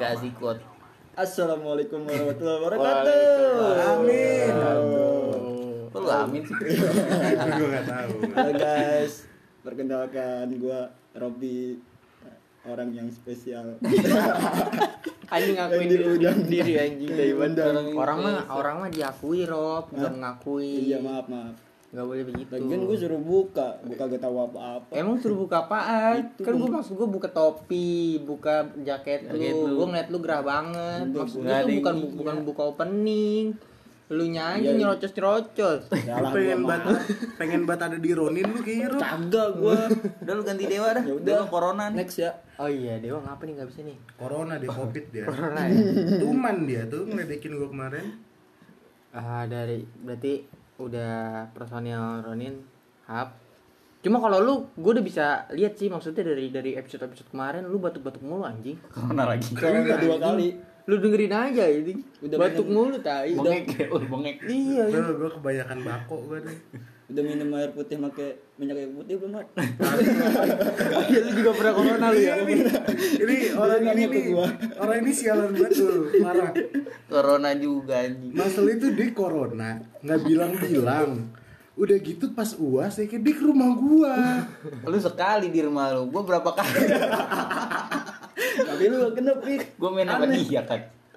Dikasih quote. Assalamualaikum warahmatullahi wabarakatuh. Amin. Kok lu amin sih? Gue nggak tahu. Halo guys, perkenalkan gue Robby, orang yang spesial. Anjing ngakuin Yang diundang. diri anjing Dari Bandung. orang mah diakui Rob, bukan ngakui. Iya maaf. Enggak boleh begitu. Lagian gue suruh buka, gue kagak tahu apa-apa. Emang suruh buka apaan? Itu. Kan gue maksud gue buka topi, buka jaket Jaket lu. lu. Gue ngeliat lu gerah banget. Enggak, Maksud nggak gue tuh ada bukan yang- bukan buka opening. Lu nyanyi Iya. nyerocos. Salah pengen gua, banget pengen banget ada di Ronin lu kayaknya Rob. kagak gue. Udah lu ganti dewa dah. Ya Udah lu corona nih. Next ya. Oh iya, Dewa ngapa nih enggak bisa nih? Corona dia covid dia. Corona ya. Tuman dia tuh ngeledekin gue kemarin. Dari berarti udah personil Ronin Hap. Cuma kalau lu gue udah bisa lihat sih, maksudnya dari episode kemarin lu batuk-batuk mulu anjing. Corona lagi. Corona 2 kali. Lu dengerin aja ini. Udah Batuk minum. mulu tai. Bengek ya, bengek. Iya. Gue kebanyakan bako gue deh. Udah minum air putih pakai minyak kayu putih belum? Mat? Iya lu juga pernah corona lu ya. Ini orang Dia ini nanya ke nih, gua. orang ini sialan banget tuh, parah. Corona juga anjing. Masalah itu dia corona, nggak bilang-bilang. Udah gitu pas UAS ya kayak dia ke rumah gua. Lu sekali di rumah lu. Gua berapa kali? Tapi lu kena pik. Gua main sama dia kan.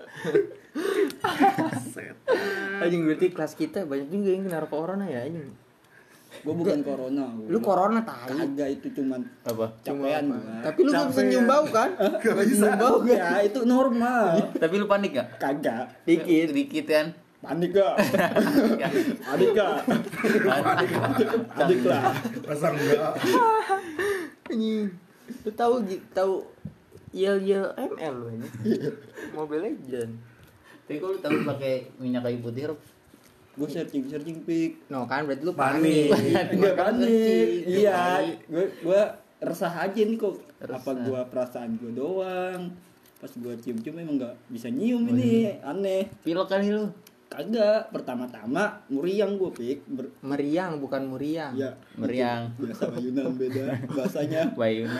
Anjing berarti kelas kita banyak juga yang kena corona ya anjing. Gue bukan corona. Gua. Lu corona tai. Kagak, itu cuman Apa? capean Cuma gua. Tapi lu gak bisa Capean. nyium bau kan? Gak bisa. Nyium bau kan? Ya itu normal. Tapi lu panik gak? Kagak. Dikit. Dikit kan. Panik gak? Adik gak? Adik lah. Masa enggak? Anjing. Lu tahu Yel ML lu ini. Mobile Legend. Tapi kok lu tahu pakai minyak kayu putih, Rob? Gue searching pik. No kan berarti lu Panik. panik. Enggak Makanya panik. searching. Iya. Gue resah aja nih kok. Resah. Apa gue perasaan gue doang. Pas gue cium-cium emang gak bisa nyium ini. Aneh. Pilek kali lu. Kagak. Pertama-tama muriang gue pik. Meriang bukan muriang. Ya. Meriang. Biasa sama Yunan beda bahasanya. Bayuna.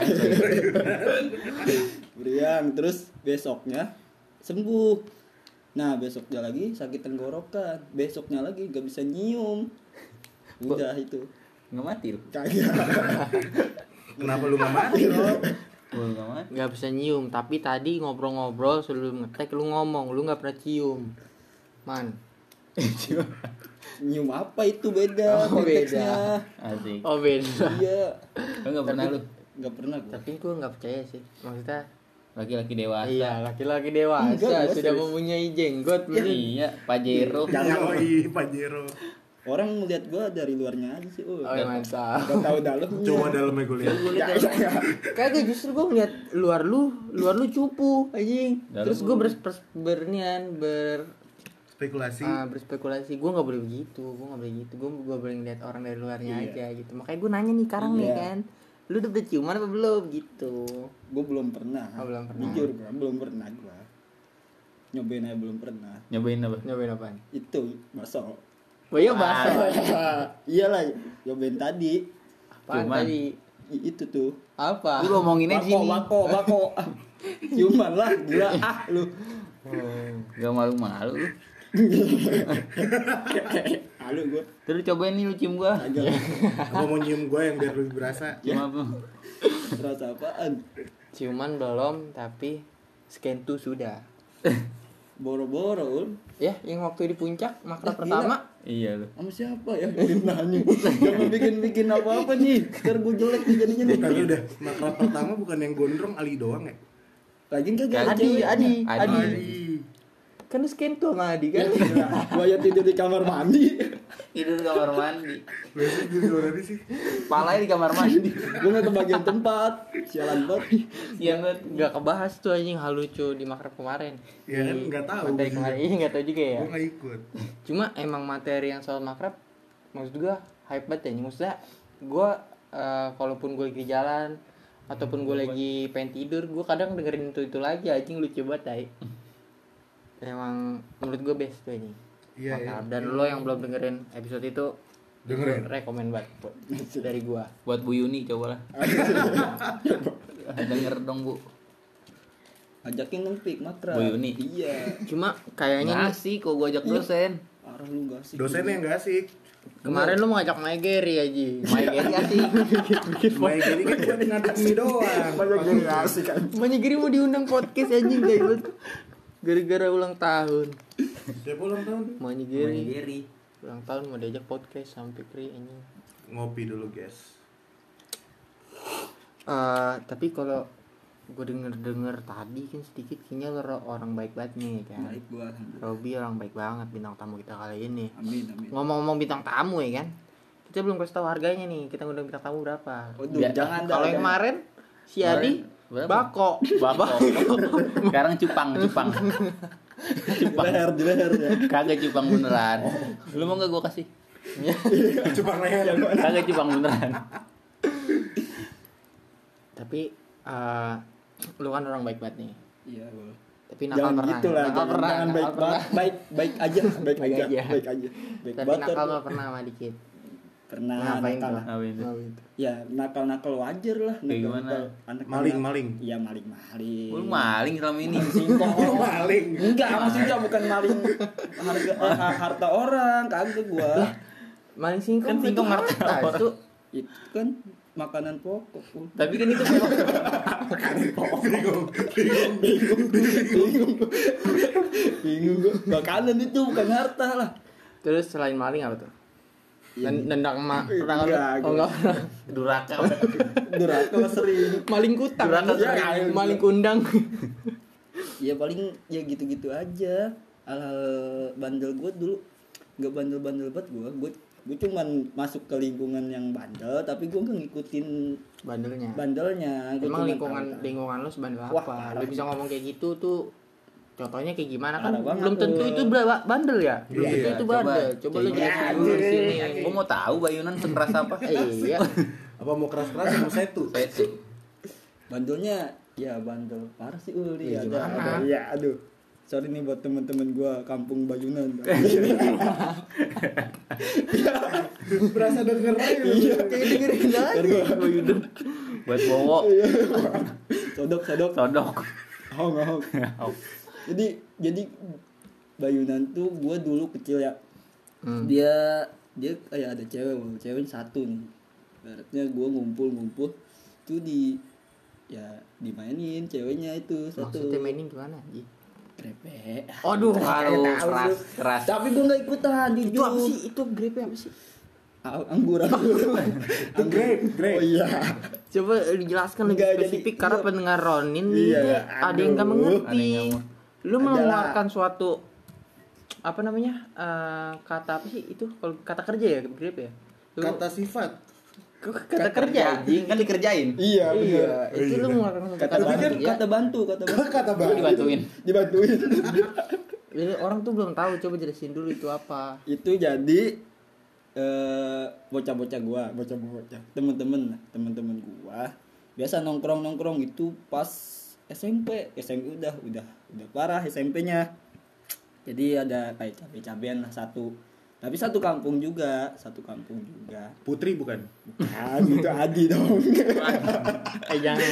Meriang. Terus besoknya sembuh. Nah besoknya lagi sakit tenggorokan. Besoknya lagi gak bisa nyium. Udah itu. Nggak mati lu. Kagak. Kenapa lu nggak mati Rob? Gua nggak mati. Nggak bisa nyium, tapi tadi ngobrol-ngobrol sebelum ngetek lu ngomong lu nggak pernah cium. Man. Nyium apa itu beda Oh, konteksnya. Asik. Oh beda. Iya. Lu nggak pernah lu. Gak pernah gua. Tapi gue nggak percaya sih. Maksudnya Laki-laki dewasa. iya laki-laki dewasa Enggak, gua sudah serius. mempunyai jenggot. Iya, Pajero. Yoi, Pajero. Orang ngeliat gua dari luarnya aja sih. Oh ya mantap. Gak tahu dalamnya. Coba dalamnya gue lihat. Ya. Kagak justru gue ngeliat luar lu cupu anjing. Dalam Terus gue Spekulasi. berspekulasi. Gue nggak boleh begitu. Gue boleh ngeliat orang dari luarnya Iya. aja gitu. Makanya gue nanya nih sekarang nih Iya. kan. Lu udah ciuman apa belum gitu? Gua belum pernah. Oh, belum pernah. Jujur gua belum pernah gua. Nyobain aja belum pernah. Nyobain apa? Nyobain apaan? Itu bakso. Oh iya bakso. Iyalah, nyobain tadi. Apaan Ciuman. tadi? Itu tuh. Apa? Lu ngomonginnya di sini. Bako. Ciuman lah, gila lu. Gak malu-malu lu. Halo gua. Terus cobain nih lu cium gua. Agak Apa mau nyium gue yang biar lebih berasa? Cium apa? rasa apaan? Ciuman belum, tapi scan tuh sudah. Boro-boro ul. Ya, yang waktu di puncak makrab Gila. pertama. Iya lu. Sama siapa ya? Nanya. Jangan bikin apa-apa nih. Ntar gue jelek nih jadinya nih. Tadi udah makrab pertama bukan yang gondrong Ali doang ya? Lagi kagak ada Adi. Adi. Ali. Kan lu scan tuh sama Adi kan? Gua ya tidur di kamar mandi. Tidur di kamar mandi. Biasanya di luar tadi sih. Palanya di kamar mandi. Gue nggak kebagian tempat. Sialan banget. Siang banget. Nggak kebahas tuh anjing hal lucu di makrab kemarin. Ya kan nggak tahu. Materi kemarin ini nggak tahu juga ya. Gue nggak ikut. Cuma emang materi yang soal makrab maksud gua hype banget ya. Maksudnya gua kalaupun gue lagi di jalan ataupun gue lagi pengen tidur, gue kadang dengerin itu lagi anjing lucu banget tai. Emang menurut gue best tuh ini. Iya, Makrab. iya. Dan lo yang belum dengerin episode itu Dengerin. rekomen banget dari gua. Buat Bu Yuni cobalah. Denger dong Bu. ajakin dong pik makrab. Bu Yuni. Iya. Cuma kayaknya Ngasih kok gua ajak dosen. Parah lu gak sih. Dosennya enggak asik. kemarin lu mau ngajak Maya Geri aja. Maya Geri asik. Main gini kan cuma ngaduk mie doang. Banyak gini asik kan. Maya Geri mau diundang podcast anjing guys. Gara-gara ulang tahun. Siapa ulang tahun? Maya Maya Geri Geri. ulang tahun mau diajak podcast sampai Fikri anjing. Ngopi dulu, guys. Tapi kalau gue denger tadi kan sedikit kayaknya lo orang baik banget nih kan. Baik gua alhamdulillah. Robi orang baik banget bintang tamu kita kali ini. Amin amin. Ngomong-ngomong bintang tamu ya kan. Kita belum kasih tahu harganya nih. Kita ngundang bintang tamu berapa. Waduh, Ya, jangan dah. Kalau yang kemarin si Adi Berapa? Bako. Bako. Sekarang cupang. Cupang. di leher ya. Kagak cupang beneran. Lu mau enggak gua kasih? Cuma leher. Kagak cupang beneran. Tapi lu kan orang baik banget nih. Iya, gua. Tapi nakal Jangan pernah. gitu lah, Nakal jangan, pernah. jangan nakal baik pernah. banget, baik aja, baik Baik aja, aja. baik aja. Baik Tapi banget. nakal gak pernah sama dikit. Pernah Ngapain nakal. tuh? Ngapain tuh? Ngapain tuh? Ya, nakal-nakal wajar lah. Kayak gimana? Anak Maling. Iya, maling-maling. Lu maling selama ini. Singkong. Maling. Enggak, maksudnya bukan maling harta orang, kagak gua. Maling singkong. Kan singkong itu harta orang. Itu Itu kan makanan pokok. Tapi kan itu Bingung gua. Makanan itu bukan harta lah. terus selain maling apa tuh? Nendang emak. Pernah Enggak, nggak? Oh enggak pernah. duraka. Durhaka sering. Maling kutang. Durhaka Ya, sering. maling kundang. Ya paling ya gitu-gitu aja. Hal-hal bandel gua dulu enggak bandel-bandel banget gua cuman masuk ke lingkungan yang bandel tapi gua nggak ngikutin Bandelnya. bandelnya. Gua Emang cuma lingkungan lu sebandel Wah, apa? parah. Lu bisa ngomong kayak gitu tuh. Contohnya kayak gimana kan? Parah banget Belum tentu tuh. itu bandel ya. Belum Iya, tentu itu coba. bandel. Coba lu Kayak jelasin gitu. dulu di sini. Gua mau tahu Bayunan sekeras apa. Iya. Apa mau keras-keras mau setu? Itu. bandelnya ya bandel parah sih Uli. Ya, gimana? Iya, aduh. Sorry nih buat teman-teman gua kampung Bayunan. Berasa denger aja. Iya, Kayak dengerin aja. Buat bowo. Sodok. Sodok. Hong. Jadi Bayunan tuh gua dulu kecil ya. Dia kayak ada cewek satu nih. Ibaratnya gua ngumpul tuh dimainin ceweknya itu satu. Maksudnya mainin gimana? Ji? Grepe. Aduh, Aduh, Tahu keras, lu. keras. Tapi gua nggak ikutan itu jujur. apa sih? Itu grepe apa sih? Anggur. Itu grape. Oh iya. Coba dijelaskan lebih Enggak, spesifik jadi- karena iya. pendengar Ronin Iya, ini ada yang nggak aduh. mengerti. Ada yang nggak Lu Adalah. mengeluarkan suatu apa namanya kata apa sih itu kalau kata kerja ya grepe ya? Lu- Kata sifat. kata kerja Anjing kan dikerjain. Iya, Iya, bener. itu lu mengeluarkan suatu Kata kata kan kerja. kata bantu. Kata Lu baru. dibantuin. Dibantuin. Jadi orang tuh belum tahu, coba jelasin dulu itu apa. Itu jadi bocah-bocah temen-temen gua biasa nongkrong itu pas SMP udah parah SMP-nya. Jadi ada kayak cabe-cabean lah tapi satu kampung juga. Putri bukan? Ah, gitu Adi dong. Jangan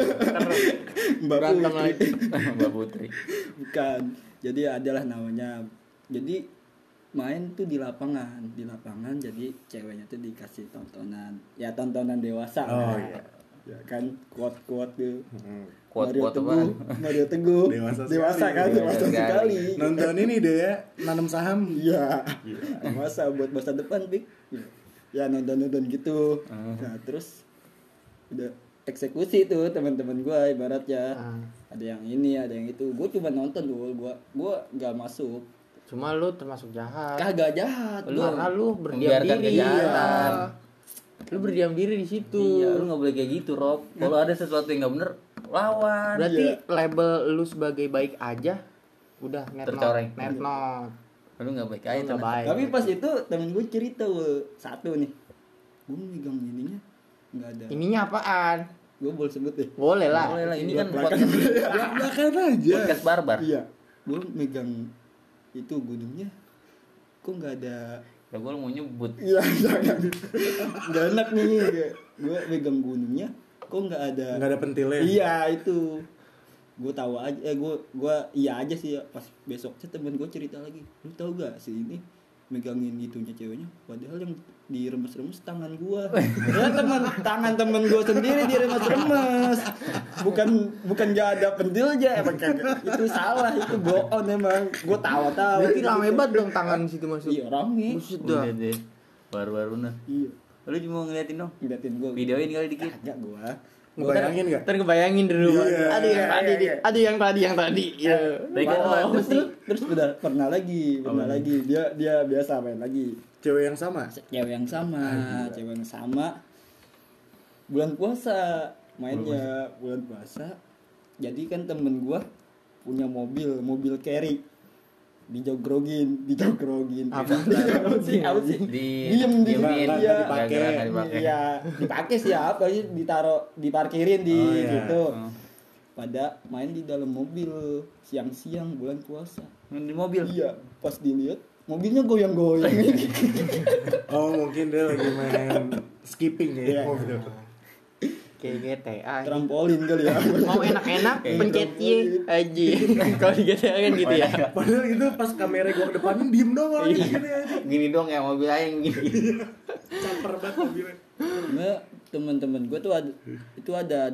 Mbak berantem Putri. lagi. Mbak Putri. Bukan. Jadi adalah namanya. Jadi main tuh di lapangan jadi ceweknya tuh dikasih tontonan dewasa Oh, lah. iya. Ya kan kuat tuh Kuat-kuat apaan? Mario Teguh Dewasa kan sekali. dewasa sekali Nonton ini deh ya, nanam saham. iya masa buat masa depan Bik ya nonton gitu nah terus udah eksekusi tuh teman-teman gua ibaratnya ada yang ini ada yang itu gua cuma nonton dulu gua nggak masuk. Cuma lu termasuk jahat. Kagak jahat Karena lu berdiam Membiarkan diri. kejahatan. Lu berdiam diri di situ. Iya, lu nggak boleh kayak gitu, Rob. Kalau ada sesuatu yang nggak bener, lawan. Berarti Iya. label lu sebagai baik aja udah net Tercoreng. not. Lu nggak baik Lu aja. nggak baik. Tapi pas itu temen gue cerita satu nih, gue megang ininya nggak ada. Ininya apaan? Gue boleh sebut deh. Boleh lah. Boleh lah, ini kan Belakang. Belak-belakan aja. podcast barbar. Iya, gue megang itu gunungnya, kok nggak ada. Ya gue mau nyebut. Iya, jangan. Nggak enak nih. Gue megang gunungnya, kok nggak ada. Enggak ada pentilnya. Iya itu. gue tahu aja gue iya aja sih ya. Pas besoknya temen gue cerita lagi, lu tahu gak si ini megangin gitunya ceweknya, padahal yang diremes-remes tangan gue. Ya tangan temen gue sendiri diremes-remes, bukan gak ada pentilnya, emang kagak. Itu salah, itu bohong emang. Gue tahu Berarti rame banget dong tangan situ masuk. iya rame. Buset dah. Udah deh. Baru-baru nah. Iya, Lu cuma ngeliatin dong. ngeliatin gue Videoin kali dikit. kagak gue. Ngebayangin gak? Ntar kebayangin di rumah. Iya. Ada yang tadi. Iya. Tapi kan lu terus udah pernah lagi dia biasa main lagi. Cewek yang sama? Cewek yang sama bulan puasa mainnya bulan puasa. Jadi kan temen gua punya mobil carry, dijogrogin Apa sih diem diemin. dia Gara-gara dipakai. iya dipakai siapa sih, diparkirin di Oh, iya. gitu. Oh. Pada main di dalam mobil siang-siang bulan puasa. Di mobil. Iya, pas dilihat mobilnya goyang-goyang. Oh mungkin dia lagi main skipping ya. Iya. Mobil. Kayak GTA. Trampolin kali ya. Mau enak-enak pencet Y aja. Kalau di GTA kan gitu ya. Padahal itu pas kamera gua ke depanin diem doang Iya. gini aja. Gini dong ya mobil aing gini. Caper banget mobilnya. Nah, teman-teman gue tuh ada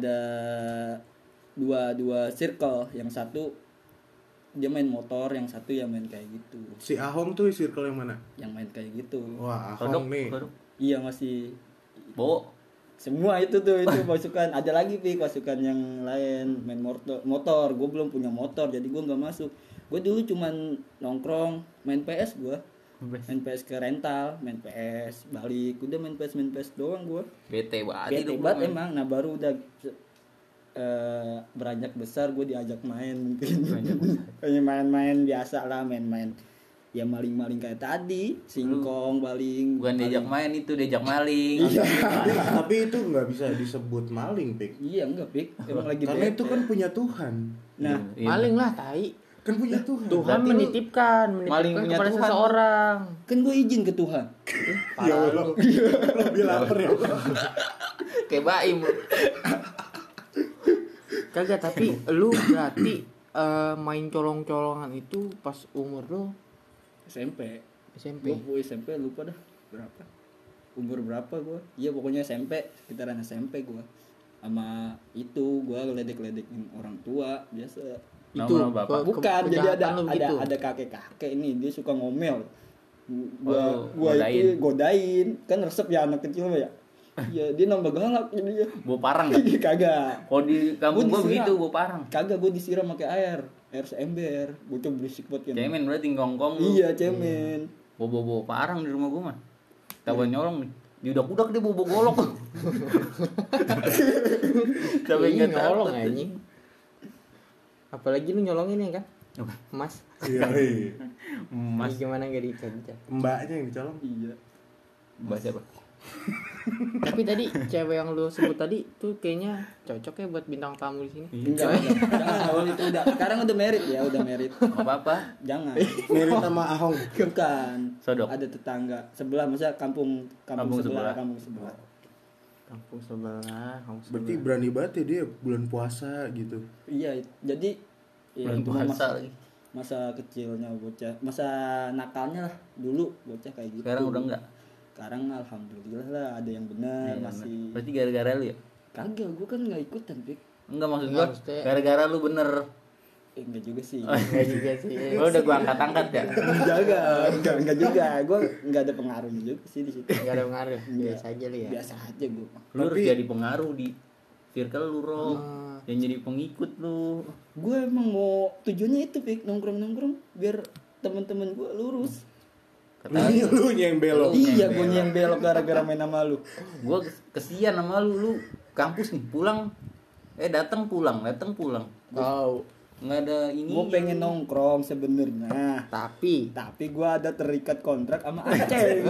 dua circle, yang satu dia main motor, yang satu ya main kayak gitu, Si Ahong tuh circle yang mana? yang main kayak gitu. Wah, Kodok. Ahong nih. Iya masih Bo. semua itu pasukan. Ada lagi pasukan yang lain main motor. Gue belum punya motor, jadi gue nggak masuk. Gue dulu cuman nongkrong main PS, main PS ke rental, main PS balik, udah main PS doang gue. Bete banget. Bete hidup banget lu. emang. Nah baru udah beranjak besar gue diajak main mungkin. Kayak main biasa lah, main ya maling kayak tadi, singkong, baling. Bukan diajak main itu, diajak maling. Iya. Tapi itu nggak bisa disebut maling, Pik. Iya enggak pik, emang lagi Karena bete. itu kan punya Tuhan. Nah Iya. Maling lah tai. Kan punya Tuhan. Tuhan Berarti lu menitipkan maling punya kepada Tuhan. seseorang. kan gue izin ke Tuhan. Ya Allah. Lebih lapar ya Allah. Kayak Baim. Kagak, tapi lu berarti main colong-colongan itu pas umur lu SMP. SMP. Gue SMP lupa dah berapa. Umur berapa gue? Iya pokoknya SMP, sekitaran SMP gue. Sama itu gue ledek-ledekin orang tua biasa. Itu Nama bapak. Bukan, jadi kejahatan lu begitu. ada kakek-kakek ini, dia suka ngomel. Oh, Gua itu godain, kan resep ya anak kecil mah ya. Iya, dia nambah galak jadi dia. Bawa parang enggak? Kagak. Kalau di kampung gua Gua disiram. begitu, bawa parang. Kagak, gue disiram pakai air seember. Bocah berisik banget kan. Cemen berarti ngongkong lu. Iya, cemen. Bawa parang di rumah gua mah. Tawan nyolong nih. Diudak-udak dia bawa golok. Sampai Iya, enggak nyolong takut. anjing. Apalagi lu nyolongin ya kan? Mas. Iya. Mas Gimana gak dikerja? Mbaknya yang dicolong. Iya. Mbak siapa? Tapi tadi cewek yang lu sebut tadi tuh kayaknya cocok ya buat bintang tamu di sini. Enggak, jangan, awal itu udah. Sekarang udah merit ya, udah merit. Enggak apa-apa. Jangan. Mirip sama Ahong. Bukan. Sodok. Ada tetangga sebelah, maksudnya kampung Kampung sebelah, sebelah. kampung sebelah. Kampung sebelah, Berarti berani banget ya dia bulan puasa gitu. Iya, jadi ya, Bulan itu puasa masa, lagi. masa kecilnya bocah, masa nakalnya lah dulu bocah kayak gitu. Sekarang udah enggak. Sekarang alhamdulillah lah ada yang benar Iya, masih. Berarti gara-gara lu ya? Kagak, gue kan nggak ikutan pik. Enggak maksud Enggak, gua. maksudnya- Gara-gara lu bener. Enggak juga sih. Enggak juga sih. Gua udah gua angkat-angkat ya. enggak juga. Gue nggak ada pengaruhnya juga sih di situ. Enggak ada pengaruh. Biasa aja lu ya. Biasa aja gue. Lu harus jadi pengaruh di circle lu, Rob. Yang jadi pengikut lu. Gue emang mau tujuannya itu pik, nongkrong biar teman-teman gue lurus. Lu yang belok. Iya, gue yang belok gara-gara main sama lu. Gua kesian sama lu kampus nih, pulang datang pulang. Kau Enggak ada ini. Gue pengen nongkrong sebenarnya. tapi Tapi gue ada terikat kontrak sama Aceh.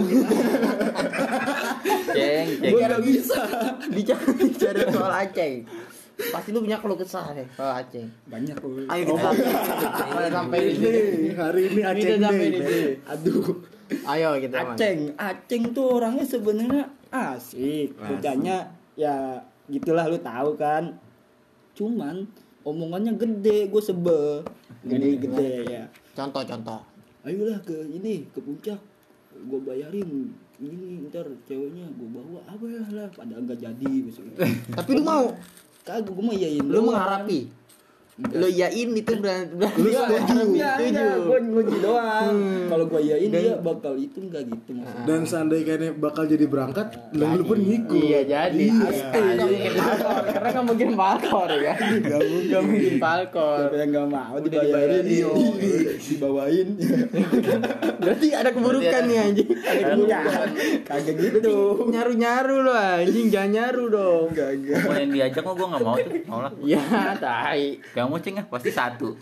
ceng. Gue gak bisa. bicara soal Aceh. Pasti lu punya keluh kesah deh soal Aceh. Banyak gue. Ayo kita sampai di sini. Hari ini Aceh Kita sampai di Day. sini. Aduh. Ayo kita main. Aceng tuh orangnya sebenarnya asik. Bocahnya ya gitulah, lu tahu kan. Cuman omongannya gede, gue sebel. Gede ya. Contoh. Ayolah ke puncak, gue bayarin ini, ntar ceweknya gue bawa apa ya lah, pada enggak jadi besoknya. Tapi lu mau? Kagak, gue mau iyain. Lu mengharapi? Lu iyain itu berarti Lu setuju? Gue nguji doang. Kalau gue iyain dia bakal itu enggak gitu maksudnya. Dan seandainya bakal jadi berangkat, lu pun ngikut. Iya jadi. Iya. Karena nggak mungkin palkor ya. Nggak mungkin palkor. Siapa yang enggak mau dibayarin, dibawain. Berarti ada keburukan nih anjing. Ada keburukan. Kagak gitu. Nyaru lo anjing, jangan nyaru dong. Kagak. Mau yang diajak mah gue nggak mau tuh, mau lah. Ya, tai. Kamu cing pasti satu.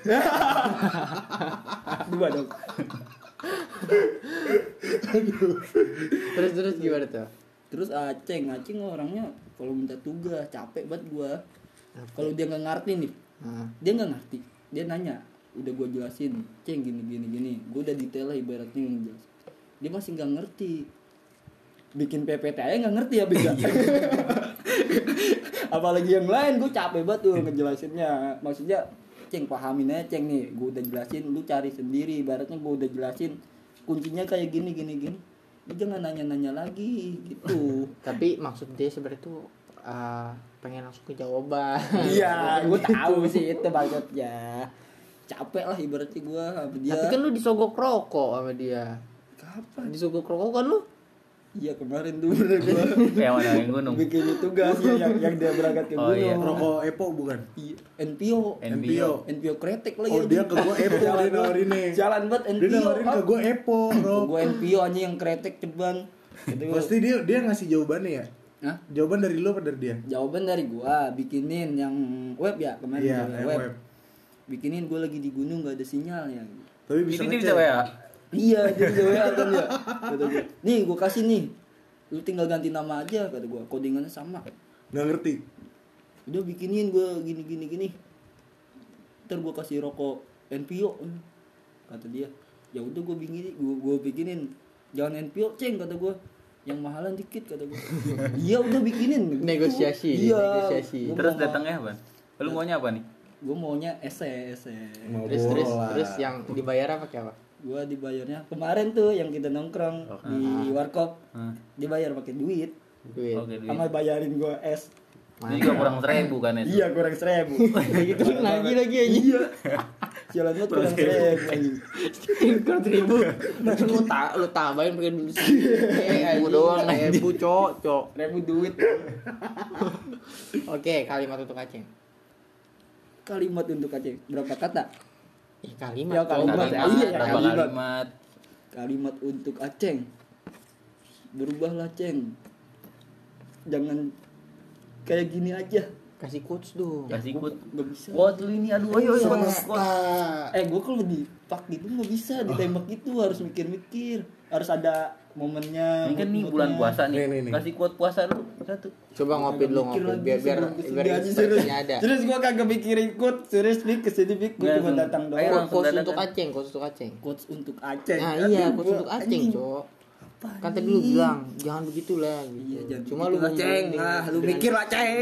Dua dong. Terus gimana tuh? Terus Aceng orangnya kalau minta tugas capek banget gua. Kalau dia nggak ngerti nih, dia nggak ngerti, dia nanya, udah gua jelasin, Ceng gini, gua udah detail lah ibaratnya yang jelas. Dia masih nggak ngerti, bikin PPT aja nggak ngerti ya bisa. Apalagi yang lain, gua capek banget tuh ngejelasinnya. Maksudnya, Ceng pahamin aja Ceng nih, gua udah jelasin, lu cari sendiri. Ibaratnya gua udah jelasin, kuncinya kayak gini. Lu jangan nanya-nanya lagi gitu. Tapi maksud dia sebenarnya tuh pengen langsung ke jawaban. Iya, gue tahu sih itu maksudnya. Capek lah ibaratnya gue sama dia. Tapi kan lu disogok rokok sama dia. Kapan? Disogok rokok kan lu? Iya kemarin tuh bener gue Yang mana yang gunung? bikin tugas ya, yang dia berangkat ke Oh, gunung. iya. Rokok Epo bukan? Iya, NPO kretek lagi. Oh dia ke gua Epo, dia nawarin nih. Jalan banget Dia NPO. nawarin ke gua Epo, Rob. Gue NPO aja yang kretek ceban. Gitu. Pasti dia ngasih jawabannya ya? Hah? Jawaban dari lu apa dari dia? Jawaban dari gua, bikinin yang web ya kemarin. Iya, yang web. Bikinin gue lagi di gunung gak ada sinyal ya. Tapi Ini bisa dia ngechat. bisa WA. Iya, jadi WA kan ya. Kata gua, nih gue kasih nih. Lu tinggal ganti nama aja kata gua. Codingannya sama. Nggak ngerti. Udah bikinin gua gini. Ntar gua kasih rokok NPO. Kata dia. Ya udah gua bikinin. Jangan NPO, Ceng kata gua. Yang mahalan dikit kata gua. Iya udah bikinin. Negosiasi. Iya. Negosiasi. Gua Terus mau- datangnya apa? Lu maunya apa nih? Gua maunya ese. Mau bola. Terus yang dibayar apa kayak apa? Gua dibayarnya kemarin tuh yang kita nongkrong di warkop. Dibayar pakai duit. Duit. Oke, duit. Sama bayarin gua es. Ini juga kurang 1.000 kan itu? Iya kurang 1.000. Kayak gitu lagi aja. Iya. Jalan banget kurang 1.000 anjing. Kurang 1.000. Lu tambahin pakai duit. Ribu doang, anjing. 1.000 cok. 1.000 duit. Oke, kalimat untuk Aceng. Kalimat untuk Aceh. Berapa kata? Kalimat. Ya, kalimat. Kalimat, Iya, berapa kalimat. kalimat? Kalimat untuk Aceng. Berubahlah Ceng. Jangan kayak gini aja. Kasih quotes dong. Kasih ikut. Gak bisa. Quote lu ini aduh. Ayo quote. Gue kalau dipak gitu gak bisa. Ditembak gitu harus mikir-mikir. Harus ada momennya. Ini kan nih mood-moodnya. bulan puasa nih. Nih. Kasih quote puasa lu satu. Coba ngopi dulu Mikir ngopi lagi, biar sebelum kesini aja, serius. inspirasinya ada. Serius gue kagak mikirin quote. Serius Bik kesini Bik. Gue Nggak, cuma langsung. datang Ayo, doang. langsung. Quotes dadakan. untuk Aceng, quotes untuk Aceng. Quotes untuk Aceh. Nah Aduh, iya, quotes gua untuk Aceng, anjing. cok. Apa Kan tadi nih? lu bilang jangan begitulah gitu. Iya, jangan Cuma begitu lu lah, Ceng. dengan- Lu mikir lah Ceng.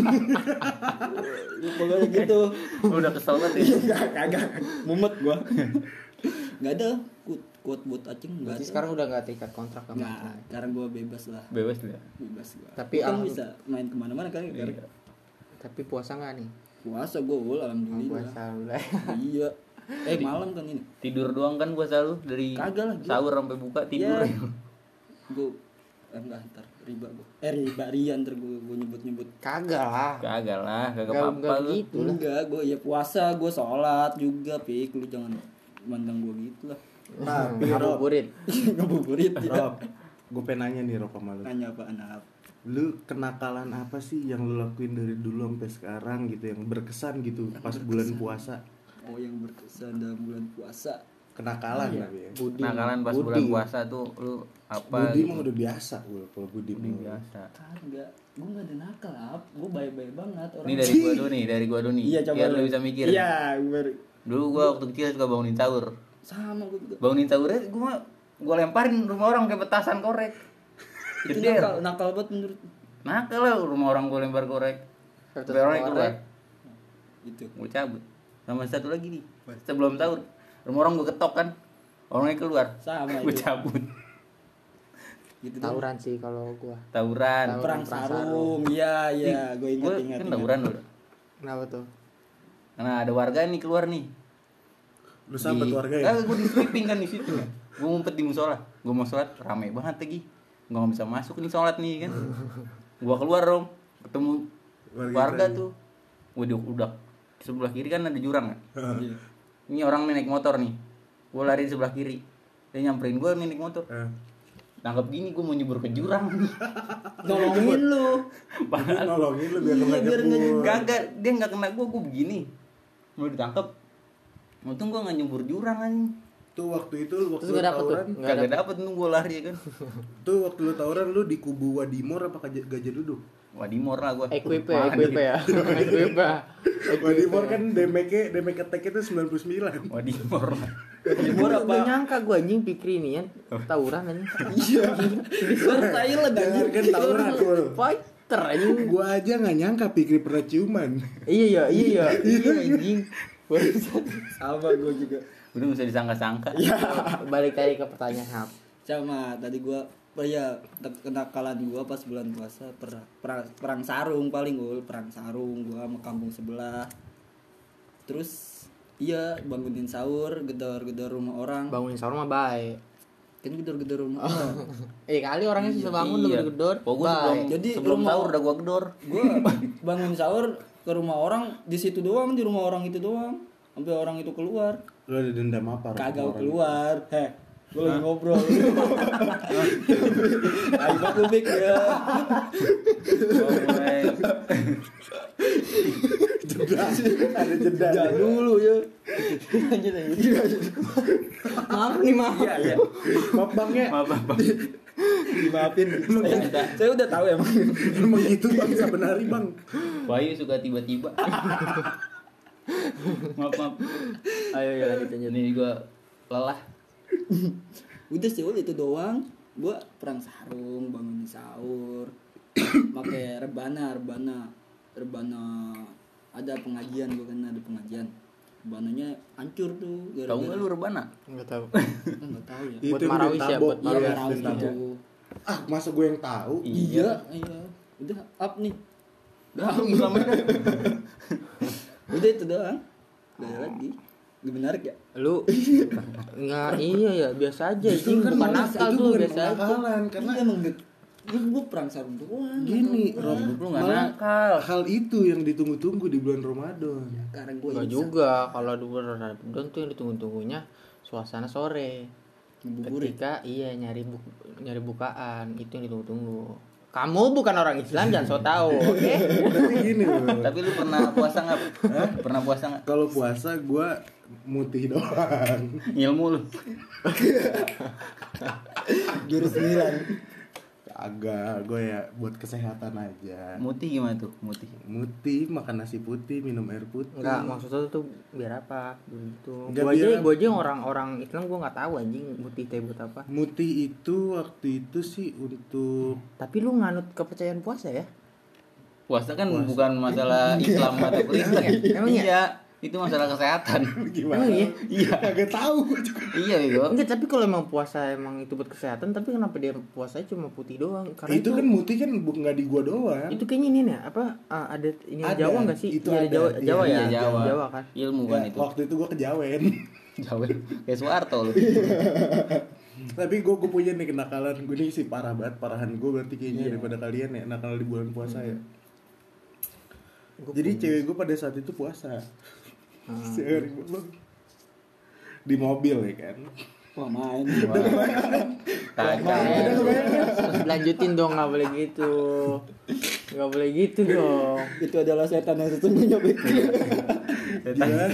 Lu pokoknya gitu. Lu udah kesel banget ya. Kagak. Mumet gua. Enggak ada quote buat Aceng enggak Berarti ada. sekarang udah nggak terikat kontrak sama Enggak, Aceng. sekarang gua bebas lah. Bebas lu ya. Bebas gua. Tapi Gua kan alham- bisa main kemana-mana kan sekarang. Iya. Tapi puasa nggak nih? Puasa gua alhamdulillah. Puasa udah. Iya. Malam kan ini. Tidur doang kan puasa lu dari Kagak lah, gila. sahur sampai buka tidur. Iya. Gua enggak ntar riba gua. Riba Rian ntar gua nyebut-nyebut. Kagak lah. Kagak lah, kagak Nggak apa-apa lu. gitu lah. Enggak, gua ya puasa, gua sholat juga, Pik. Lu jangan mandang gua gitu lah. Tapi Rob, Ngabuburit. Ngabuburit ya. Rob, gue pengen nanya nih Rob sama lu. Nanya apaan apa? Lu kenakalan apa sih yang lu lakuin dari dulu sampai sekarang gitu yang berkesan gitu pas bulan puasa? Oh yang berkesan dalam bulan puasa. Kenakalan tapi ya. Budi. Nakalan pas Budi. bulan puasa tuh lu apa? Budi gitu? mah udah biasa gue kalau Budi Budi mah. biasa. Kagak, gue gak ada nakal ap, gue baik-baik banget orang. Ini dari gua dulu nih. Iya coba Biar lu. lu bisa mikir. Iya, Dulu gua waktu kecil suka bangunin sahur. sama gue juga. Bangunin sahurnya gua lemparin rumah orang kayak petasan korek. Itu Jeder. nakal banget menurut. Nakal lah rumah orang gua lempar korek. Kertas Sampai orang korek. keluar. Gitu. Gue cabut. Sama satu lagi nih, sebelum sahur rumah orang gue ketok kan, orangnya keluar, Sama gue itu. cabut. Gitu deh. Tawuran sih kalau gua. Tawuran. Perang sarung. Iya, gue Gue ingat. kan tawuran udah. Kenapa tuh? Karena ada warga nih keluar nih. Lu sambat warga ya? Gue di sweeping kan di situ. Gue ngumpet di musola. Gue mau sholat, rame banget lagi. Gue gak bisa masuk nih sholat nih kan. Gue keluar dong, ketemu warga tuh. Gue udah sebelah kiri kan ada jurang kan. Iya. Ini orang nih naik motor nih. Gue lari di sebelah kiri. Dia nyamperin gue nih naik motor. Tangkap gini gue mau nyebur ke jurang. Nolongin lu. Padahal Nolongin lu biar kena jebur. kagak, dia nggak kena gue begini. Mau ditangkap. Untung gue nggak nyebur jurang anjing. Tuh waktu itu Terus lu gak dapet tuh? tawuran, Kagak dapet tuh gue lari kan. tuh waktu lu tawuran lu di kubu Wadimor apa Gajah Duduk? Wadimor lah gue. Equip ya. Equip ya. Wadimor kan damage attack itu 99. Wadimor lah. Wadimor apa? Gak nyangka gue anjing Pikri nih ya. Tawuran anjing. Iya. Thailand Jangan kan tawuran full. Fighter anjing. Gua aja nggak nyangka Pikri pernah ciuman. Iya anjing. Sama gue juga. Udah gak usah disangka-sangka. Balik lagi ke pertanyaan Hap. Sama tadi gue kenakalan gue pas bulan puasa perang sarung paling gue perang sarung gue sama kampung sebelah. Terus iya bangunin sahur gedor rumah orang. Bangunin sahur mah baik. Kan gedor rumah orang. Kali orangnya susah bangun udah gedor. Pokoknya sebelum, Jadi sebelum rumah- sahur udah gue gedor. Gue bangun sahur ke rumah orang di situ doang, di rumah orang itu doang sampai orang itu keluar. Lu ada dendam apa? Kagak keluar. Gue lagi ngobrol. Ayo aku bik ya. Oh, mulai. Ada jeda. Jeda dulu ya. Lanjut aja. Maaf nih maaf. Iya. Maaf bang ya. Maaf. Dimaafin. Saya udah tahu emang. Emang gitu bang saben hari bang. Bayu suka tiba-tiba. Maaf. Ayo ya lanjut. Ini gue lelah. Udah sih itu doang. Gue perang sarung, bangun sahur, pakai rebana. Ada pengajian, gue kan ada pengajian. Rebananya hancur tuh. Tahu nggak lu rebana? Enggak tahu. Nggak tahu ya. Itu Buat yang marawis ya, ditabok. buat Iya, Marawis tahu ditabok. gitu. Ah masa gue yang tahu? Iya. Udah up nih. Udah lu sama. Udah itu doang. Gak ada lagi. Gak menarik ya? Lu enggak iya ya biasa aja Justru anjing bukan malah nakal itu tuh bukan biasa aja. kenakalan, karena Iya, emang gue perang sarung doang. gini Nakal Rob, gua. Lu nggak malah nakal. hal itu yang ditunggu-tunggu di bulan Ramadan. Sekarang gue Enggak juga kalau di bulan Ramadan tuh yang ditunggu-tunggunya suasana sore. Ngebuburit. Ketika nyari bukaan itu yang ditunggu-tunggu. Kamu bukan orang Islam jangan so tahu, oke? Tapi gini loh. Tapi lu pernah puasa nggak? Pernah puasa nggak? Kalau puasa gue mutih doang. Ilmu lu. Jurus 9. Agak, gue ya buat kesehatan aja. Mutih gimana tuh? Mutih. Mutih, makan nasi putih, minum air putih. Enggak, maksudnya tuh biar apa? Gitu. Enggak, Gua aja orang-orang Islam gua enggak tahu anjing putih teh buat apa. Mutih itu waktu itu sih untuk Tapi lu nganut kepercayaan puasa ya? Puasa kan bukan masalah Islam atau Kristen ya? Emang iya? Iya, itu masalah kesehatan. gimana? Emang iya? Iya. Kagak tahu gue juga. Iya bego. Enggak, tapi kalau emang puasa emang itu buat kesehatan, tapi kenapa dia puasanya cuma putih doang? Karena Itu kan mutih kan nggak di gua doang. itu kayaknya ini nih apa ada ini Ada, Jawa enggak sih? itu Iya, ada. Jawa Iya, ya? iya, Jawa. kan. Ilmu Ya, kan itu. waktu itu gua kejawen. Jawa. Kayak Soeharto lu. Tapi gue punya nih kenakalan. Gue nih sih parah banget, parahan gue berarti kayaknya daripada kalian ya nakal di bulan puasa ya. Jadi cewek gue pada saat itu puasa. Sehari bolong. Di mobil ya kan. Wah main. Kacau. Lanjutin dong, enggak boleh gitu. Enggak boleh gitu dong. Itu adalah setan yang sesungguhnya Bek. Gimana?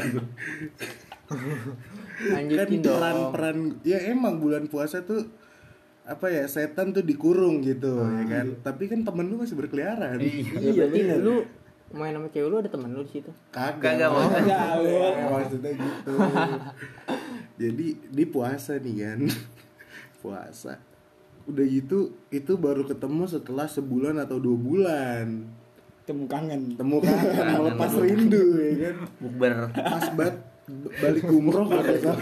Lanjutin Kan dong. peran-peran ya emang bulan puasa tuh apa ya, setan tuh dikurung gitu ya kan. Tapi kan temen lu masih berkeliaran. Ya berarti lu main sama cewek lu ada temen lu di situ. Kagak mau. Ya, maksudnya gitu. Jadi di puasa nih kan. Puasa. Udah gitu itu baru ketemu setelah sebulan atau 2 bulan. temu kangen melepas rindu ya kan. Bukber. Pas banget balik umroh kalau nggak salah.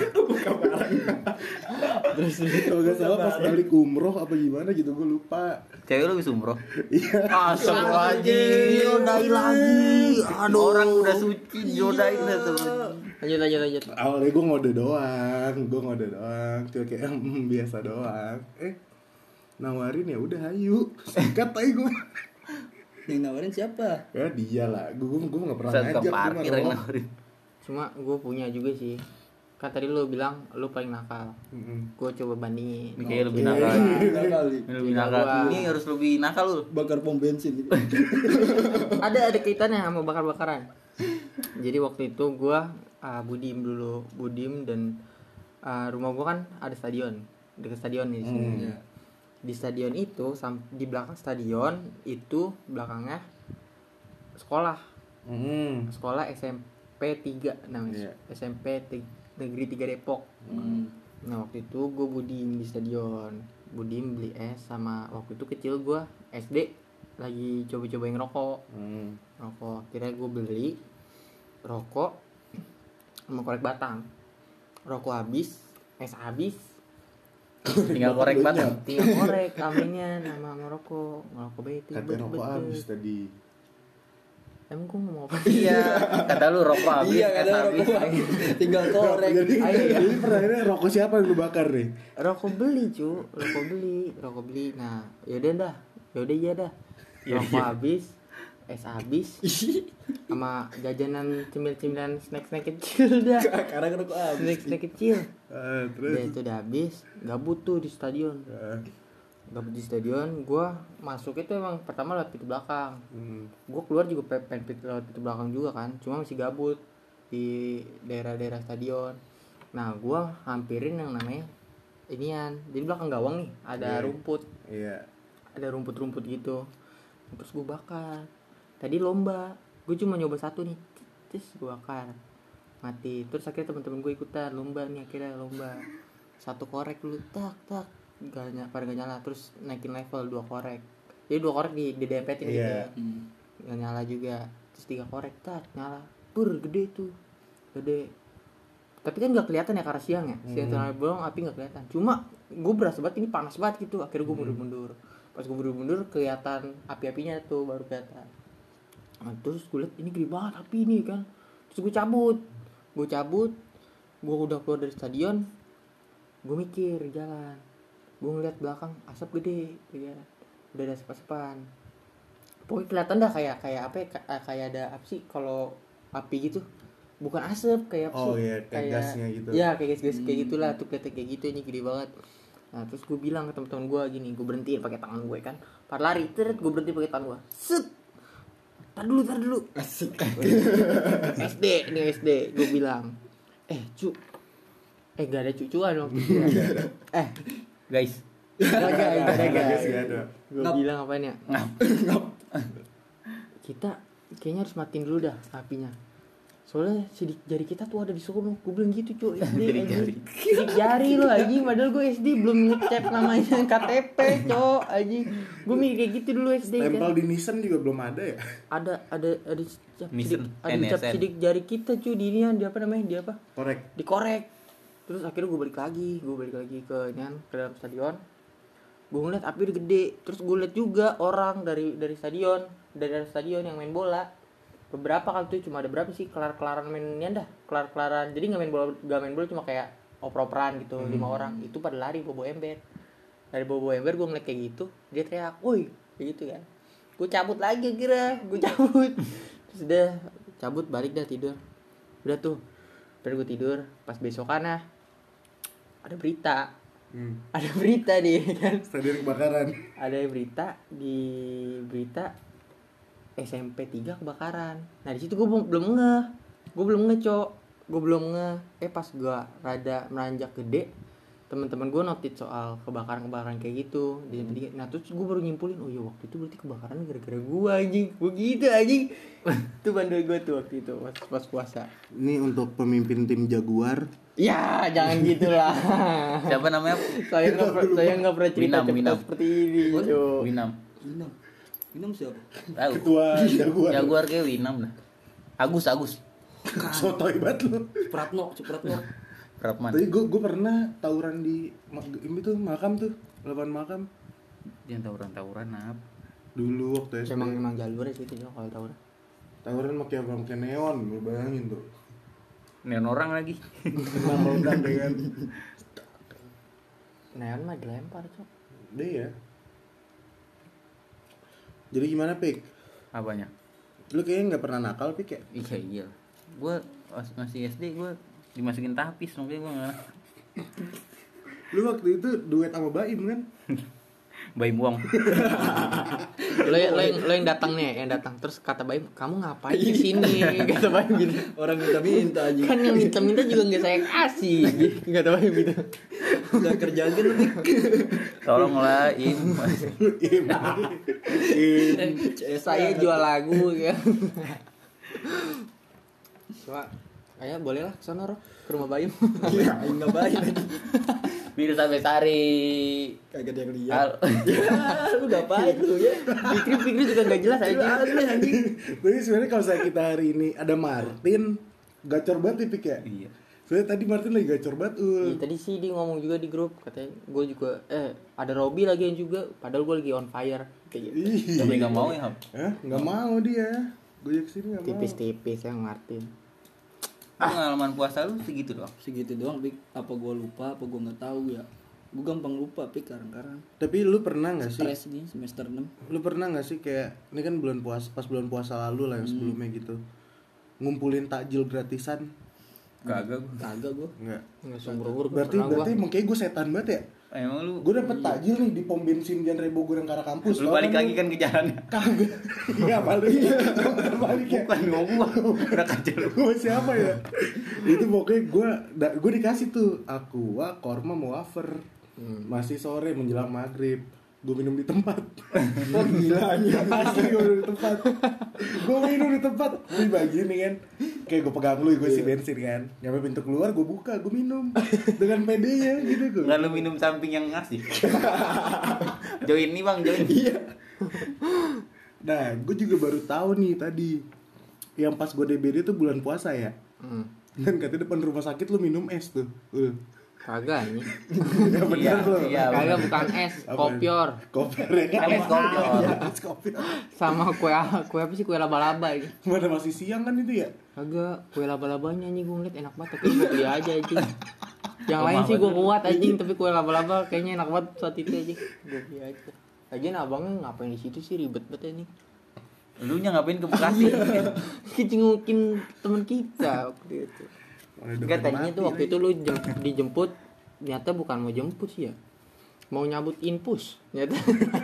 Terus kalau nggak salah pas balik umroh apa gimana gitu gue lupa. Cewek lu bisa umroh? Iya. Astagfirullahaladzim. Jodain lagi. Aduh, orang udah suci jodain dah tuh. Lanjut. Awalnya gue ngode doang. Cuma kayak biasa doang. Nawarin ya udah ayo. Sikat aja gue. Yang nawarin siapa? Ya dia lah. Gue nggak pernah Saat ke ngajak. parkir yang nawarin. Cuma gue punya juga sih. Kan tadi lu bilang lu paling nakal. Gue coba bandingin. Ini kayak lebih nakal. Lebih nakal. Ini harus lebih nakal lu. Bakar pom bensin. Ada kaitannya sama bakar-bakaran. Jadi waktu itu gue Budim dan rumah gue kan ada stadion, dekat stadion di sini. Di stadion itu di belakang stadion itu belakangnya sekolah. Sekolah SMP 3 namanya. SMP Negeri 3 Depok. Nah waktu itu gue Budim di stadion. Budim beli es sama waktu itu kecil gue SD lagi coba-cobain rokok. Akhirnya gue beli rokok sama korek batang. Rokok habis, es habis, Tinggal korek batang. tinggal korek aminnya sama rokok bete. Katanya rokok habis tadi. Emang gue ngomong apa? Iya, kata lu rokok habis, Iya, es kata habis. rokok habis. Tinggal korek. Jadi pertanyaannya rokok siapa yang lu bakar nih? Rokok beli. Nah, yaudah iya dah. Rokok habis, es habis, sama jajanan cemil-cemilan snack kecil dah. Sekarang rokok habis. Snack kecil. Terus Udah itu udah habis, gabut tuh di stadion. Gue masuk itu emang pertama lewat pintu belakang. Gue keluar juga pengen lewat pintu belakang juga kan, cuma masih gabut di daerah-daerah stadion. Nah gue hampirin yang namanya inian, jadi belakang gawang nih ada rumput. Iya. Ada rumput-rumput gitu. Terus gue bakar. Tadi lomba, gue cuma nyoba satu nih, terus gue bakar mati. Terus akhirnya teman-teman gue ikutan lomba nih, satu korek dulu tak pada gak nyala. Terus naikin level 2 korek, jadi 2 korek didempetin gitu ya. Gak nyala juga. Terus 3 korek tak nyala, gede tapi kan gak kelihatan ya karena siang ya. Siang terlalu bolong, api gak kelihatan. Cuma gue berasa banget ini panas banget gitu. Akhirnya gue mundur. Pas gue mundur kelihatan api-apinya tuh baru kelihatan. Nah, terus gue liat ini gede banget api ini kan. Terus gue cabut, gue udah keluar dari stadion. Gue mikir jalan, gue ngeliat belakang asap gede ya. Udah ada asap-asapan. Pokoknya kelihatan dah kayak apa ya, kayak ada apa sih kalau api gitu. Bukan asap kayak apa sih? Oh iya, kayak gasnya gitu. Ya kayak gas kayak gitulah tuh, kelihatan kayak gitu, ini gede banget. Nah terus gue bilang ke teman-teman gue gini, gue berhentiin pakai tangan gue kan, pas lari gue berhenti pakai tangan gue, set, tar dulu, Asik. SD, gue bilang, gak ada cucuan waktu itu, Guys, gak ada guys, gue Ngap. bilang apaan ya, kita kayaknya harus matiin dulu dah apinya. Soalnya sidik jari kita tuh ada di sono. Gue bilang gitu cuy, SD sidik jari lo anjing, padahal gue SD belum ngecap namanya KTP cok anjing. Gue mikir kayak gitu dulu SD kan. Tempel di Nissan juga belum ada ya? Ada cap Nissan, sidik, ada cap NSN. sidik jari kita cuy di ini, di apa namanya, di apa? Korek. Dikorek. Terus akhirnya gue balik lagi ke dalam stadion. Gue ngeliat api udah gede. Terus gue liat juga orang dari stadion yang main bola. Beberapa kali tuh cuma ada berapa sih kelar-kelaran mainnya dah, kelar-kelaran. Jadi gak main bola cuma kayak oper-operan gitu, 5 orang. Itu pada lari bawa ember. Dari bawa ember gue ngeliat kayak gitu, dia teriak, "Woi!" kayak gitu kan. Gue cabut lagi Terus udah cabut, balik dah tidur. Udah tuh. Terus gue tidur, pas besokannya ada berita. Ada berita nih kan. Stadion kebakaran. Ada berita SMP 3 kebakaran. Nah di situ gue belum ngeh cok. Pas gue rada meranjak gede, teman-teman gue notit soal kebakaran kayak gitu. Nah terus gue baru nyimpulin, oh iya waktu itu berarti kebakaran gara-gara gue anjing. Gue gitu anjing. Itu bandel gue tuh waktu itu pas puasa. Ini untuk pemimpin tim Jaguar. Ya jangan gitulah. siapa namanya? Saya nggak pernah cerita Winam. seperti ini cok. Winam. Winam siapa? Tahu. Ketua Jaguar kayak Winam dah. Agus. Sotoy banget lu. Supratno. Prapman. Tapi gue pernah tawuran di ini tuh makam tuh, lapangan makam. Dia tawuran apa? Dulu waktu SD. Emang jalurnya sih itu kalau tahu. Tawuran pakai neon, lu bayangin tuh. Neon orang lagi. Lomba dengan Neon mah dilempar, Cok. deh ya. Jadi gimana, Pik? Apanya? Lu kayaknya nggak pernah nakal, Pik ya? Iya. Gue masih SD gue dimasukin tapis, makanya gue nggak. Lu waktu itu duet sama Baim kan? Baim Wong. Lo yang datang nih, yang datang terus kata Baim, "Kamu ngapain di sini?" Kata Baim gitu. Orang minta aja. Kan yang minta juga enggak saya kasih. Kata Baim gitu. Udah kerjaan kan nanti. Tolonglah Im. Saya jual lagu ya. Coba, ayo boleh lah kesana Roh, ke rumah Baim. Iya, ngapain aja. Biru sampai sari. Kagak ada yang lihat. Ya, Lu ngapain lu ya? Pikir juga enggak jelas aja. Tapi sebenarnya kalau saya kita hari ini ada Martin, gacor banget nih, Pik ya? Iya. Soalnya tadi Martin lagi gacor banget, Iya, tadi sih dia ngomong juga di grup, katanya gue juga ada Robby lagi yang juga, padahal gue lagi on fire kayak gitu. Iya. Tapi nggak mau ya. Nggak mau dia. Gue kesini nggak mau. Tipis-tipis yang Martin. Pengalaman puasa lu segitu doang. Segitu doang, Pik. Apa gua lupa, apa gua enggak tahu ya. Gua gampang lupa, Pik, kadang-kadang. Tapi lu pernah nggak sih? Stres nih semester 6. Lu pernah nggak sih kayak ini kan bulan puasa, pas bulan puasa lalu lah yang sebelumnya gitu, ngumpulin takjil gratisan? Kagak gue. Kagak gua. Nggak. Sumber-sumber Berarti emang kayak gue setan banget ya? Emang lu Gue dapet takjil nih di pom bensin Janre Bogor yang ke arah kampus. lu balik lagi kan ke jalannya. Kagak. Iya balik. Balik ya. Bukan gua. Udah kacau lu. Gue siapa ya? Itu pokoknya gue dikasih tuh aqua, korma, mau wafer. Masih sore menjelang maghrib. Gue minum di tempat. Oh gilanya. Asli gue minum di tempat. Gue minum di tempat. Gue bagi nih kan. Kayak gue pegang lu, gue isi bensin kan. Nyampe pintu keluar, gue buka, gue minum. Dengan pedenya gitu gue. Nggak lu minum samping yang ngasih. Join nih bang, join. Iya. Nah, gue juga baru tahu nih tadi. Yang pas gue DBD tuh bulan puasa ya. Dan katanya depan rumah sakit lu minum es tuh. Kagak nih. Ya bener loh. Iya. Kagak, bukan es, kopior. Kopior ya kan? Es kopior. Iya, es kopior. Sama kue apa sih, kue laba-laba gitu. Mana masih siang kan itu ya? Kagak, kue laba-labanya anjing gue ngeliat enak banget, tapi gue beli aja anjing. Yang lain sih gue kuat anjing, tapi kue laba-laba kayaknya enak banget saat itu anjing. Gue beli aja. Lagian abangnya ngapain di situ sih, ribet banget anjing. Lu nya ngapain ke Bekasi? Kecengukin teman kita waktu itu. Enggak, tadinya tuh waktu itu lu dijemput, ternyata bukan mau jemput sih ya, mau nyabut infus ternyata.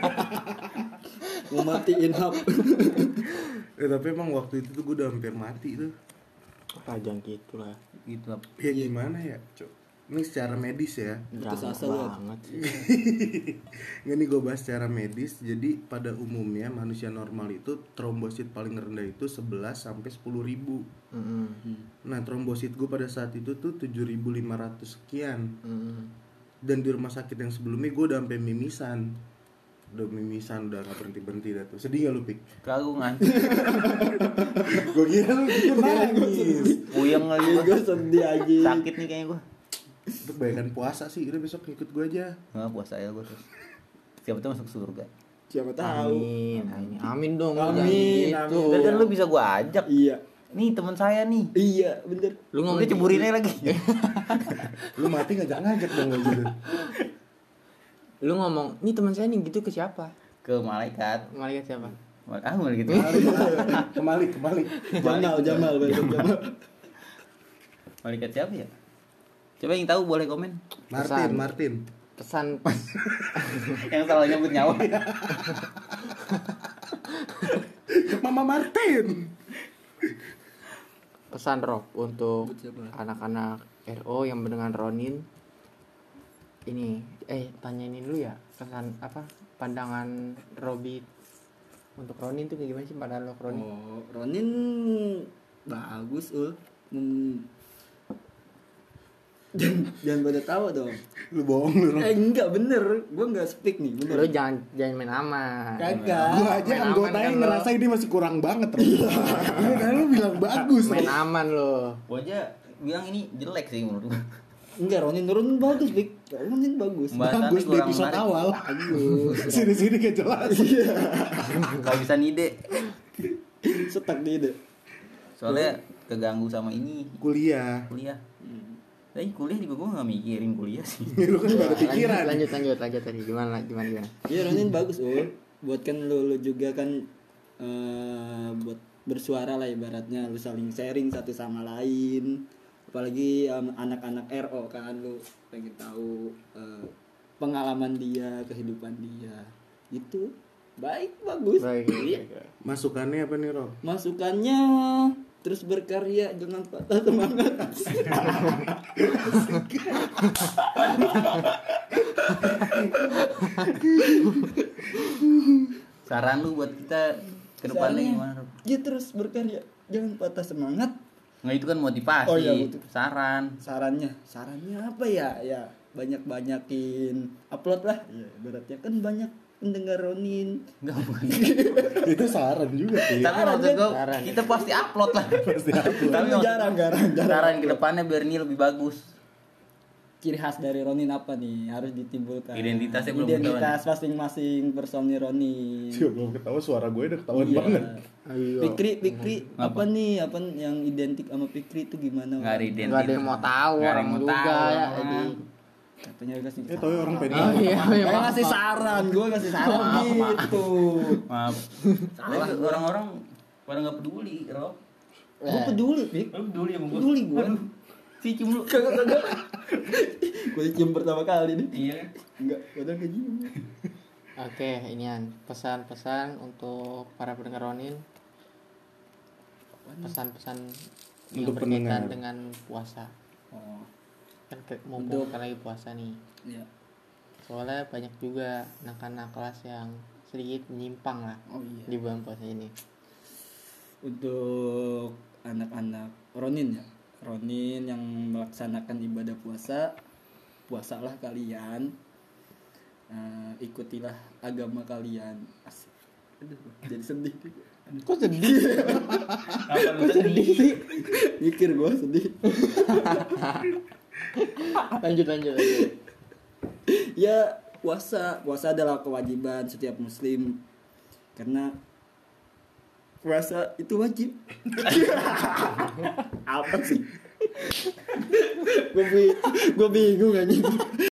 Mau matiin HP. Tapi emang waktu itu tuh gue udah hampir mati tuh. Panjang gitu lah, Gitu lah. Ya gimana ya, Cok? Ini secara medis ya. drama asa lu. banget sih. Nggak nih gue bahas secara medis. Jadi pada umumnya manusia normal itu trombosit paling rendah itu 11 sampai 10 ribu. Nah trombosit gue pada saat itu tuh 7.500 sekian. Dan di rumah sakit yang sebelumnya gue udah sampai mimisan. Udah gak berhenti dah tuh. Sedih gak lu, Pik? Kagak ngantuk. Gue kira lu gitu nangis. Puyeng lagi Gue gua. sedih aja. Sakit nih kayaknya gua. Itu kebanyakan puasa sih. Udah besok ikut gue aja. Nggak puasa ya gua terus. Siapa tuh masuk surga. Siapa tahu. Amin dong, Amin, jangan gitu. Dan kan lu bisa gua ajak. Iya. Nih teman saya nih. Iya, bener. Lu Udah ngomong ceburin aja lagi. Lu mati ngajak dong kayak gitu. Lu ngomong, "Nih teman saya nih," gitu ke siapa? Ke malaikat. Malaikat siapa? Malah gitu. Kembali. Jamal, bener Jamal. Malaikat siapa ya? Coba yang tahu boleh komen. Martin. Pesan Yang salah nyebut nyawa. Mama Martin. pesan Rob untuk Buat siapa? anak-anak RO yang mendengar Ronin. Ini tanyain dulu ya, pesan apa, pandangan Robby untuk Ronin tuh kayak gimana sih, pandangan lo ke Ronin? Oh, Ronin bagus, Jangan pada tahu dong. Lu bohong lu. Enggak bener, gue nggak speak nih, bener. Lu jangan main aman. Kagak. Gua aja Main anggotanya aman kan ngerasa ini masih kurang banget. Ini kan lu bilang bagus. Main aman lo. Gua aja bilang ini jelek sih menurut gua. Enggak, Ronin bagus, Bik. Ronin bagus. Bahasannya Bagus di kurang episode menarik. awal. Sini-sini gak jelas. Gak bisa nide. Setak dia deh. Soalnya keganggu sama ini Kuliah. kuliah. Tapi kuliah juga gue gak mikirin kuliah sih. Lu kan gak ada pikiran. Lanjut tadi gimana. Iya, Ronin bagus, buat kan lu juga kan buat bersuara lah ibaratnya, lu saling sharing satu sama lain. Apalagi anak-anak RO kan, lu pengen tahu pengalaman dia, kehidupan dia. Itu bagus. Iya. Masukannya apa nih, Ro? Masukannya terus berkarya, jangan patah semangat. Saran lu buat kita ke depannya Sarannya, gimana? Rob? ya terus berkarya, jangan patah semangat. Nggak, itu kan motivasi. Oh, iya, betul. Saran. Sarannya apa ya? Ya banyakin upload lah. Ya, beratnya kan banyak pendengar Ronin. Enggak, bukan. Itu saran juga sih. Tapi maksud gue kita pasti upload lah. Tapi Tapi jarang. saran ke depannya biar ini lebih bagus. Ciri khas dari Ronin apa nih? Harus ditimbulkan. Identitasnya belum Identitas masing-masing personil Ronin. Cuma belum ketawa, suara gue udah ketahuan banget. Ayo. Pikri apa nih? Apa yang identik sama Pikri itu gimana? Nggak ada identitas. Gak ada yang mau tahu, Nggak ada orang yang mau juga tahu. ya. Katanya kasih Tahu orang pengen. Oh iya, Kayak ngasih saran, gue ngasih saran gitu. Maaf. Salah orang-orang pada nggak peduli, Rob. Gue peduli, Pik. Lu peduli sama gue. Peduli gue. Si cium lu. Kagak. Gue dicium pertama kali nih. Iya. Enggak, padahal kayak gini. Oke, inian pesan-pesan untuk para pendengar Ronin. Pesan-pesan yang Untuk berkaitan pendengar. dengan puasa. Oh, Kan mumpung kan lagi puasa nih. iya. Soalnya banyak juga anak-anak kelas yang sedikit menyimpang lah Oh iya. di bulan puasa ini. Untuk anak-anak Ronin ya. Ronin yang melaksanakan ibadah puasa, puasalah kalian. Ikutilah agama kalian. Asik. Aduh, jadi sedih. Kok sedih? Apa lu sedih sih? Mikir gue sedih. lanjut. Ya, puasa adalah kewajiban setiap muslim. Karena puasa itu wajib. Apa sih? Gue bingung anjing.